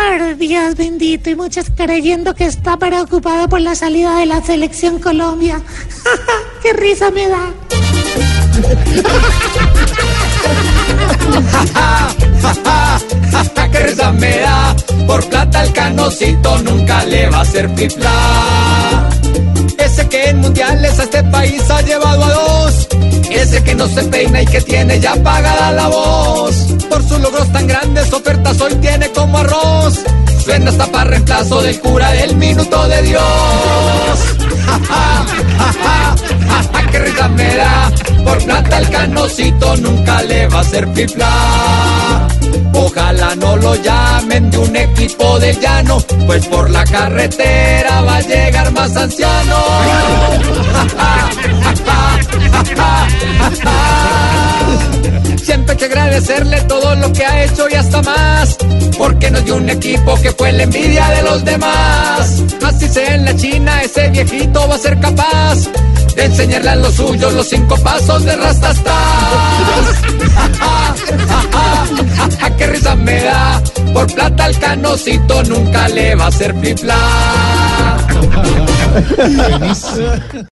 señor, Dios bendito, y muchos creyendo que está preocupado por la salida de la selección Colombia. ¡Qué risa me da! ¡Qué risa me da! Por plata el Canocito nunca le va a hacer pifla. Ese que en mundiales a este país ha llevado a dos. Ese que no se peina y que tiene ya pagada la voz. Por sus logros tan grandes, ofertas hoy tiene como arroz. Suena hasta para reemplazo del cura del minuto de Dios. ¡Qué risa me da! Por plata el Canocito nunca le va a hacer pifla. Ojalá no lo llamen de un equipo del llano, pues por la carretera va a llegar más anciano. Siempre hay que agradecerle todo lo que ha hecho y hasta más, porque nos dio un equipo que fue la envidia de los demás. Así sea en la China, ese viejito va a ser capaz de enseñarle a los suyos los 5 pasos de Rastastas. ¡Qué risa me da! Por plata el Canocito nunca le va a hacer pifla.